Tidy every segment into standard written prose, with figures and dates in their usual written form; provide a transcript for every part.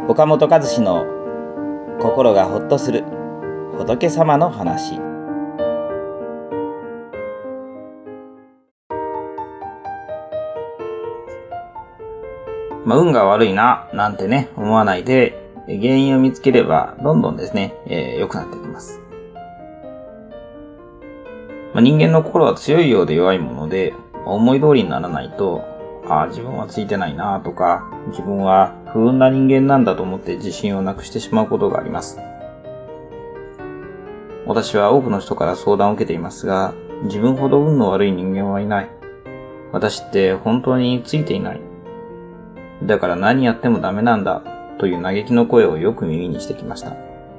岡本和志の心がほっとする仏様の話。運が悪いななんてね思わないで、原因を見つければどんどんですね、良くなっていきます。人間の心は強いようで弱いもので、思い通りにならないと、自分はついてないなとか、自分は不運な人間なんだと思って自信をなくしてしまうことがあります。私は多くの人から相談を受けていますが、自分ほど運の悪い人間はいない。私って本当についていない。だから何やってもダメなんだという嘆きの声をよく耳にしてきました。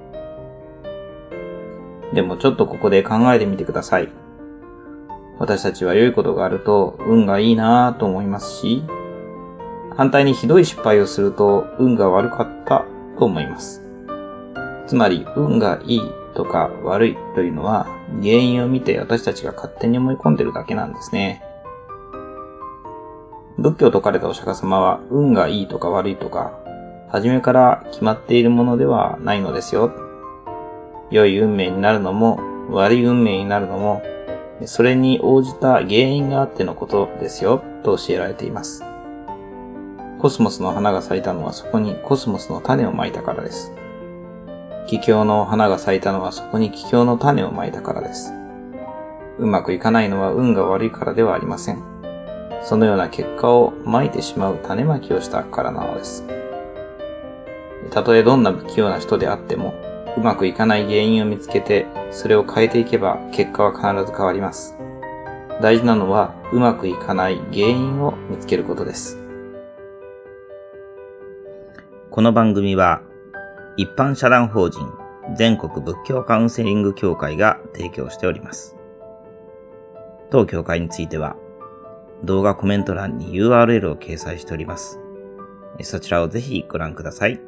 でもちょっとここで考えてみてください。私たちは良いことがあると運がいいなぁと思いますし、反対にひどい失敗をすると運が悪かったと思います。つまり運がいいとか悪いというのは原因を見て私たちが勝手に思い込んでるだけなんですね。仏教を説かれたお釈迦様は運がいいとか悪いとか初めから決まっているものではないのですよ。良い運命になるのも悪い運命になるのもそれに応じた原因があってのことですよと教えられています。コスモスの花が咲いたのはそこにコスモスの種をまいたからです。桔梗の花が咲いたのはそこに桔梗の種をまいたからです。うまくいかないのは運が悪いからではありません。そのような結果をまいてしまう種まきをしたからなのです。たとえどんな不器用な人であっても、うまくいかない原因を見つけて、それを変えていけば結果は必ず変わります。大事なのは、うまくいかない原因を見つけることです。この番組は、一般社団法人全国仏教カウンセリング協会が提供しております。当協会については、動画コメント欄に URL を掲載しております。そちらをぜひご覧ください。